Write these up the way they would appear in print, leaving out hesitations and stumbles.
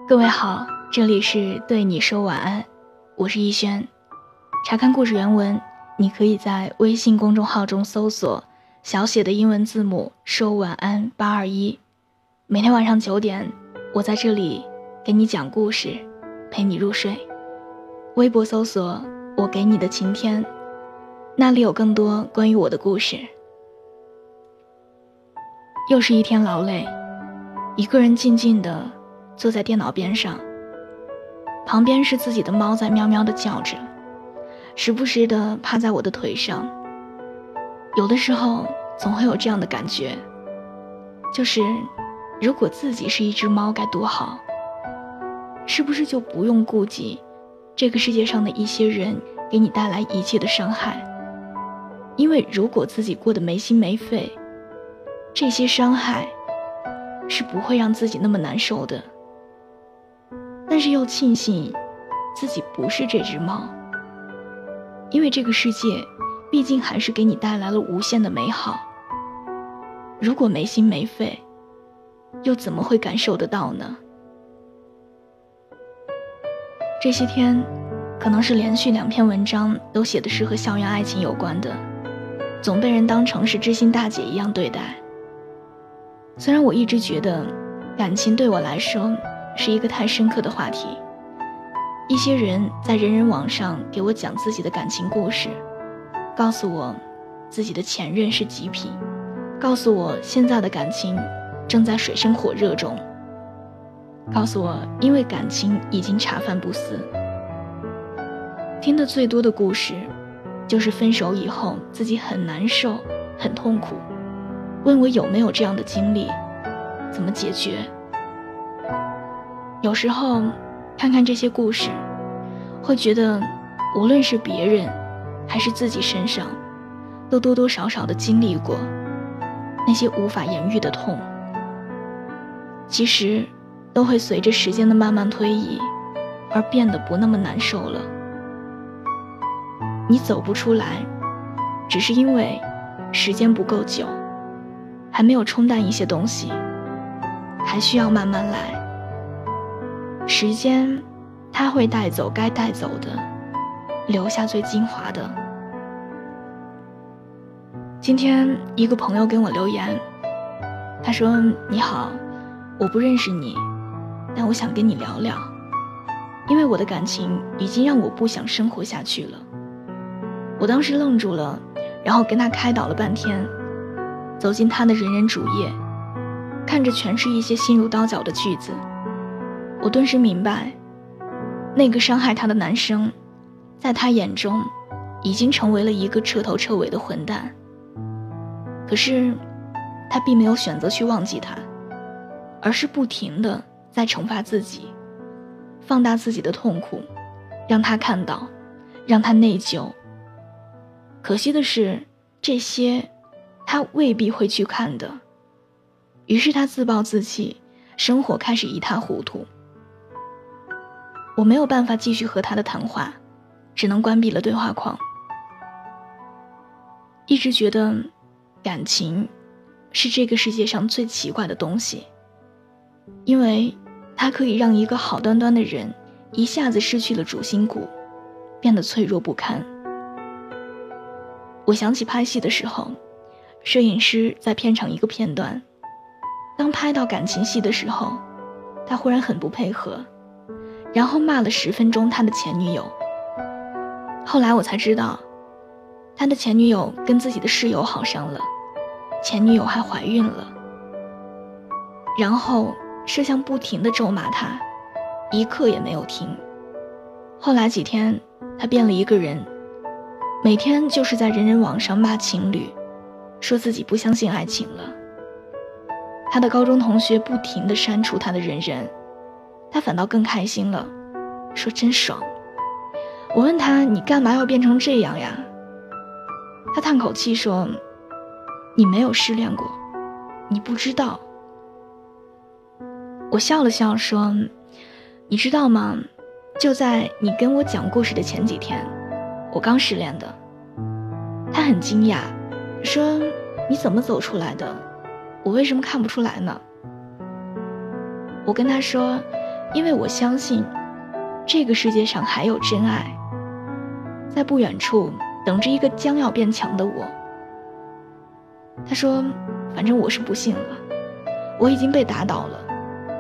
各位好，这里是对你说晚安，我是逸轩。查看故事原文，你可以在微信公众号中搜索小写的英文字母说晚安821。每天晚上9点，我在这里给你讲故事，陪你入睡。微博搜索我给你的晴天，那里有更多关于我的故事。又是一天劳累，一个人静静地坐在电脑边上，旁边是自己的猫在喵喵地叫着，时不时地趴在我的腿上。有的时候总会有这样的感觉，就是如果自己是一只猫该多好，是不是就不用顾及这个世界上的一些人给你带来一切的伤害？因为如果自己过得没心没肺，这些伤害是不会让自己那么难受的。但是又庆幸自己不是这只猫，因为这个世界毕竟还是给你带来了无限的美好。如果没心没肺，又怎么会感受得到呢？这些天可能是连续2篇文章都写的是和校园爱情有关的，总被人当成是知心大姐一样对待。虽然我一直觉得感情对我来说是一个太深刻的话题，一些人在人人网上给我讲自己的感情故事，告诉我自己的前任是极品，告诉我现在的感情正在水深火热中，告诉我因为感情已经茶饭不思。听得最多的故事就是分手以后自己很难受很痛苦，问我有没有这样的经历，怎么解决。有时候看看这些故事，会觉得无论是别人还是自己身上，都多多少少的经历过那些无法言喻的痛，其实都会随着时间的慢慢推移而变得不那么难受了。你走不出来，只是因为时间不够久，还没有冲淡一些东西，还需要慢慢来。时间它会带走该带走的，留下最精华的。今天一个朋友跟我留言，他说：你好，我不认识你，但我想跟你聊聊，因为我的感情已经让我不想生活下去了。我当时愣住了，然后跟他开导了半天，走进他的人人主页，看着全是一些心如刀绞的句子，我顿时明白，那个伤害他的男生在他眼中已经成为了一个彻头彻尾的混蛋。可是他并没有选择去忘记他，而是不停地在惩罚自己，放大自己的痛苦，让他看到，让他内疚。可惜的是，这些他未必会去看的。于是他自暴自弃，生活开始一塌糊涂。我没有办法继续和他的谈话，只能关闭了对话框。一直觉得感情是这个世界上最奇怪的东西，因为它可以让一个好端端的人一下子失去了主心骨，变得脆弱不堪。我想起拍戏的时候，摄影师在片场一个片段，当拍到感情戏的时候，他忽然很不配合，然后骂了10分钟他的前女友。后来我才知道，他的前女友跟自己的室友好上了，前女友还怀孕了。然后摄像不停地咒骂他，一刻也没有停。后来几天他变了一个人，每天就是在人人网上骂情侣，说自己不相信爱情了。他的高中同学不停地删除他的人人，他反倒更开心了，说真爽。我问他，你干嘛要变成这样呀？他叹口气说，你没有失恋过，你不知道。我笑了笑说，你知道吗，就在你跟我讲故事的前几天，我刚失恋的。他很惊讶，说你怎么走出来的？我为什么看不出来呢？我跟他说， 因为我相信这个世界上还有真爱，在不远处等着一个将要变强的我。他说，反正我是不信了，我已经被打倒了。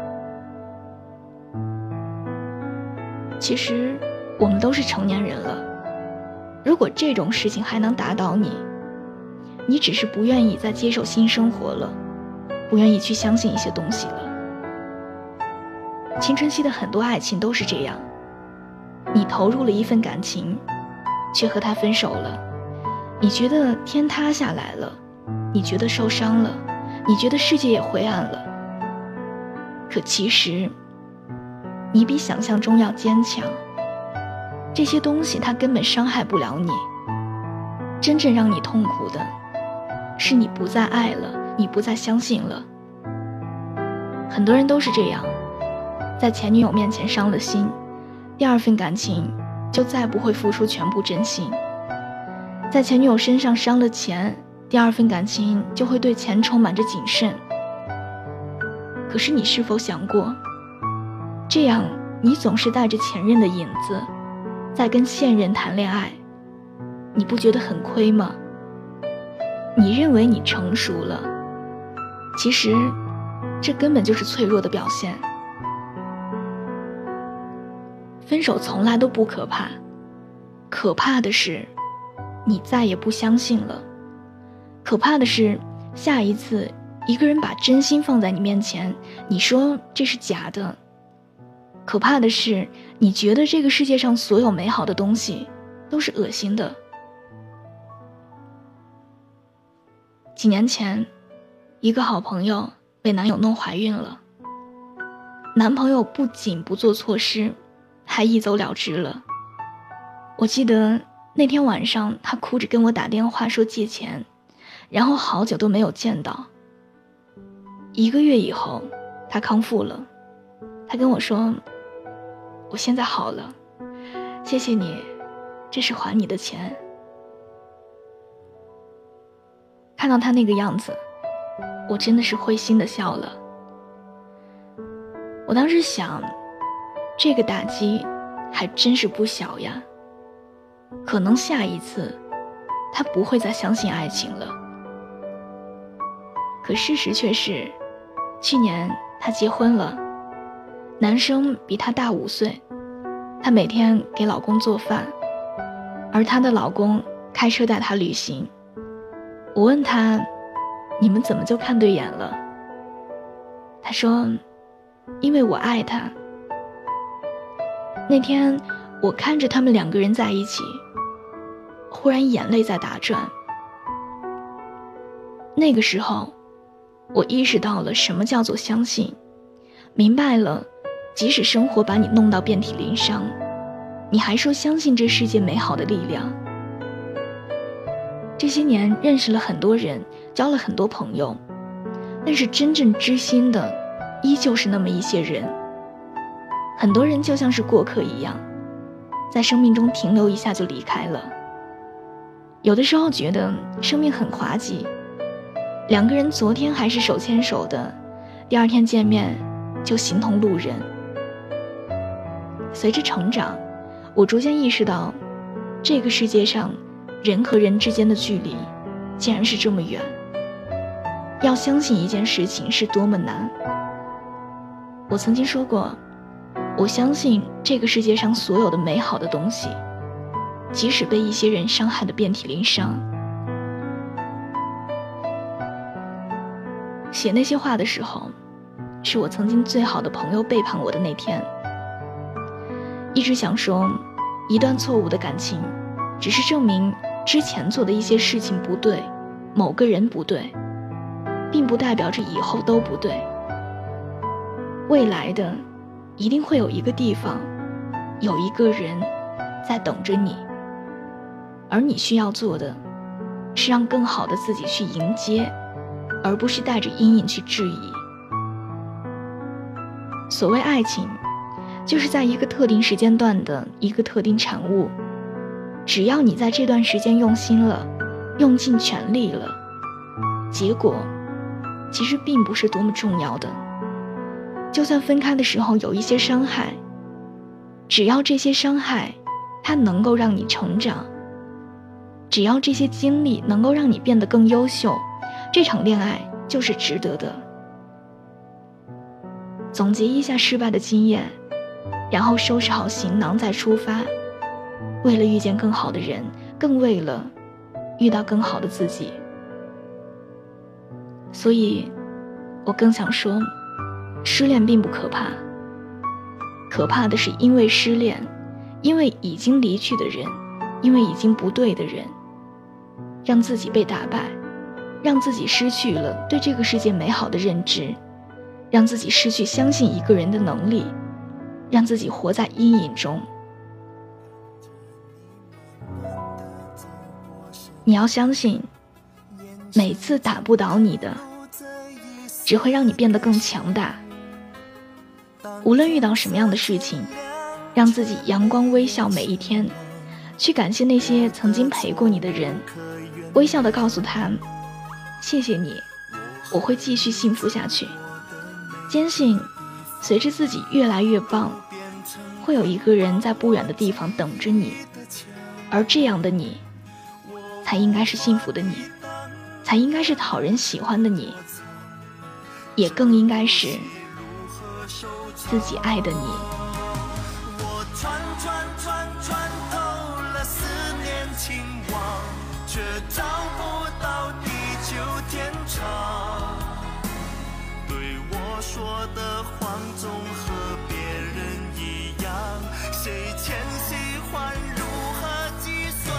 其实我们都是成年人了，如果这种事情还能打倒你，你只是不愿意再接受新生活了，不愿意去相信一些东西了。青春期的很多爱情都是这样，你投入了一份感情，却和他分手了，你觉得天塌下来了，你觉得受伤了，你觉得世界也灰暗了。可其实你比想象中要坚强，这些东西它根本伤害不了你，真正让你痛苦的是你不再爱了，你不再相信了。很多人都是这样，在前女友面前伤了心，第二份感情就再不会付出全部真心。在前女友身上伤了钱，第二份感情就会对钱充满着谨慎。可是你是否想过，这样你总是带着前任的影子在跟现任谈恋爱，你不觉得很亏吗？你认为你成熟了，其实这根本就是脆弱的表现。分手从来都不可怕，可怕的是你再也不相信了，可怕的是下一次一个人把真心放在你面前，你说这是假的。可怕的是你觉得这个世界上所有美好的东西都是恶心的。几年前，一个好朋友被男友弄怀孕了，男朋友不仅不做措施，还一走了之了。我记得那天晚上他哭着跟我打电话说借钱，然后好久都没有见到。1个月以后他康复了，他跟我说，我现在好了，谢谢你，这是还你的钱。看到他那个样子，我真的是会心的笑了。我当时想，这个打击还真是不小呀，可能下一次他不会再相信爱情了。可事实却是，去年他结婚了，男生比她大5岁，她每天给老公做饭，而她的老公开车带她旅行。我问她，你们怎么就看对眼了？她说，因为我爱他。那天我看着他们2个人在一起，忽然眼泪在打转。那个时候我意识到了什么叫做相信，明白了即使生活把你弄到遍体鳞伤，你还说相信这世界美好的力量。这些年认识了很多人，交了很多朋友，但是真正知心的依旧是那么一些人。很多人就像是过客一样，在生命中停留一下就离开了。有的时候觉得生命很滑稽，2个人昨天还是手牵手的，第2天见面就形同路人。随着成长，我逐渐意识到，这个世界上人和人之间的距离竟然是这么远，要相信一件事情是多么难。我曾经说过，我相信这个世界上所有的美好的东西，即使被一些人伤害得遍体鳞伤。写那些话的时候，是我曾经最好的朋友背叛我的那天。一直想说，一段错误的感情只是证明之前做的一些事情不对，某个人不对，并不代表着以后都不对。未来的一定会有一个地方，有一个人在等着你，而你需要做的是让更好的自己去迎接，而不是带着阴影去质疑。所谓爱情，就是在一个特定时间段的一个特定产物，只要你在这段时间用心了，用尽全力了，结果其实并不是多么重要的。 就算分开的时候有一些伤害，只要这些伤害它能够让你成长，只要这些经历能够让你变得更优秀，这场恋爱就是值得的。总结一下失败的经验，然后收拾好行囊再出发，为了遇见更好的人，更为了遇到更好的自己。所以我更想说，失恋并不可怕，可怕的是因为失恋，因为已经离去的人，因为已经不对的人，让自己被打败，让自己失去了对这个世界美好的认知，让自己失去相信一个人的能力，让自己活在阴影中。你要相信，每次打不倒你的，只会让你变得更强大。无论遇到什么样的事情，让自己阳光微笑每一天，去感谢那些曾经陪过你的人，微笑地告诉他，谢谢你，我会继续幸福下去。坚信随着自己越来越棒，会有一个人在不远的地方等着你，而这样的你才应该是幸福的你，才应该是讨人喜欢的你，也更应该是自己爱的你。 我穿透了思念情网，却找不到地久天长。对我说的谎总和别人一样，谁欠谁还如何计算？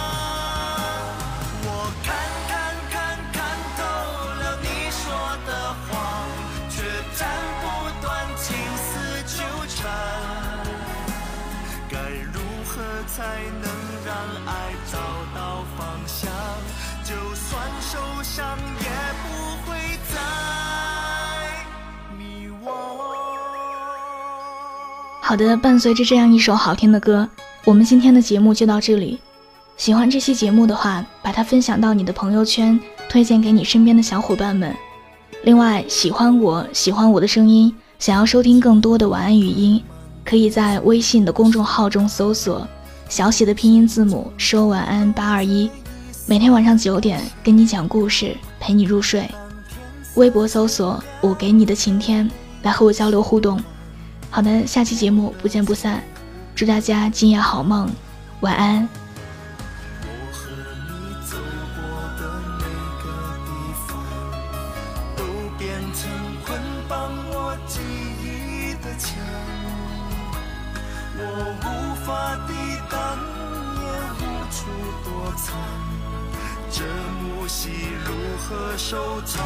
我看透了你说的谎，却斩不断情丝纠缠。该如何才能让爱找到方向？就算受伤也不会再迷惘。 好的，伴随着这样一首好听的歌，我们今天的节目就到这里。喜欢这期节目的话，把它分享到你的朋友圈，推荐给你身边的小伙伴们。另外，喜欢我的声音，想要收听更多的晚安语音，可以在微信的公众号中搜索小写的拼音字母说晚安821，每天晚上9点跟你讲故事，陪你入睡。微博搜索我给你的晴天，来和我交流互动。好的，下期节目不见不散，祝大家今夜好梦，晚安。 我和你走过的每个地方，都变成捆绑我记忆的墙。我无法抵挡，也无处躲藏，这幕戏如何收场？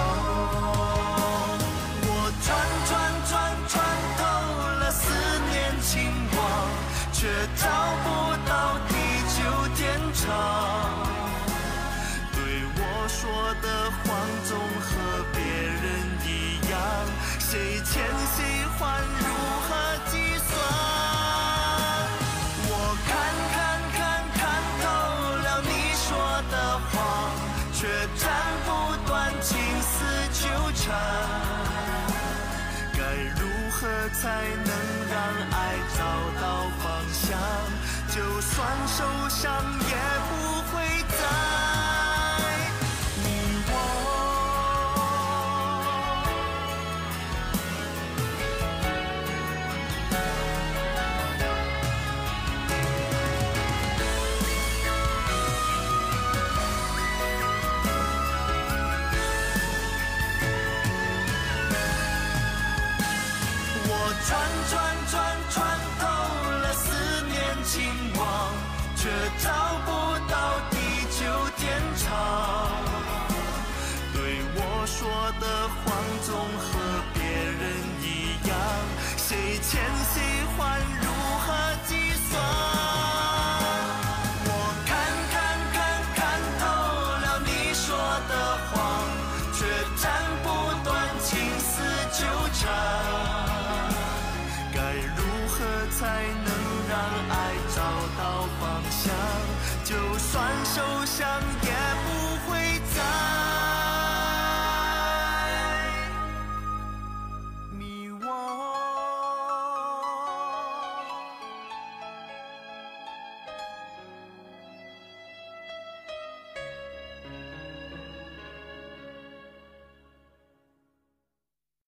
我穿透了思念情网，却找不到地久天长。对我说的谎总和别人一样，谁欠谁还如何计算？我看透了你说的谎，却斩不断情丝纠缠。该如何才能让爱找到方向？就算受伤也不会再迷惘。我穿透了思念情网，却找不到地久天长。对我说的谎总和别人一样，谁欠谁还如何计算？我看透了你说的谎，却斩不断情丝纠缠。该如何才能让爱找到方向？就算受伤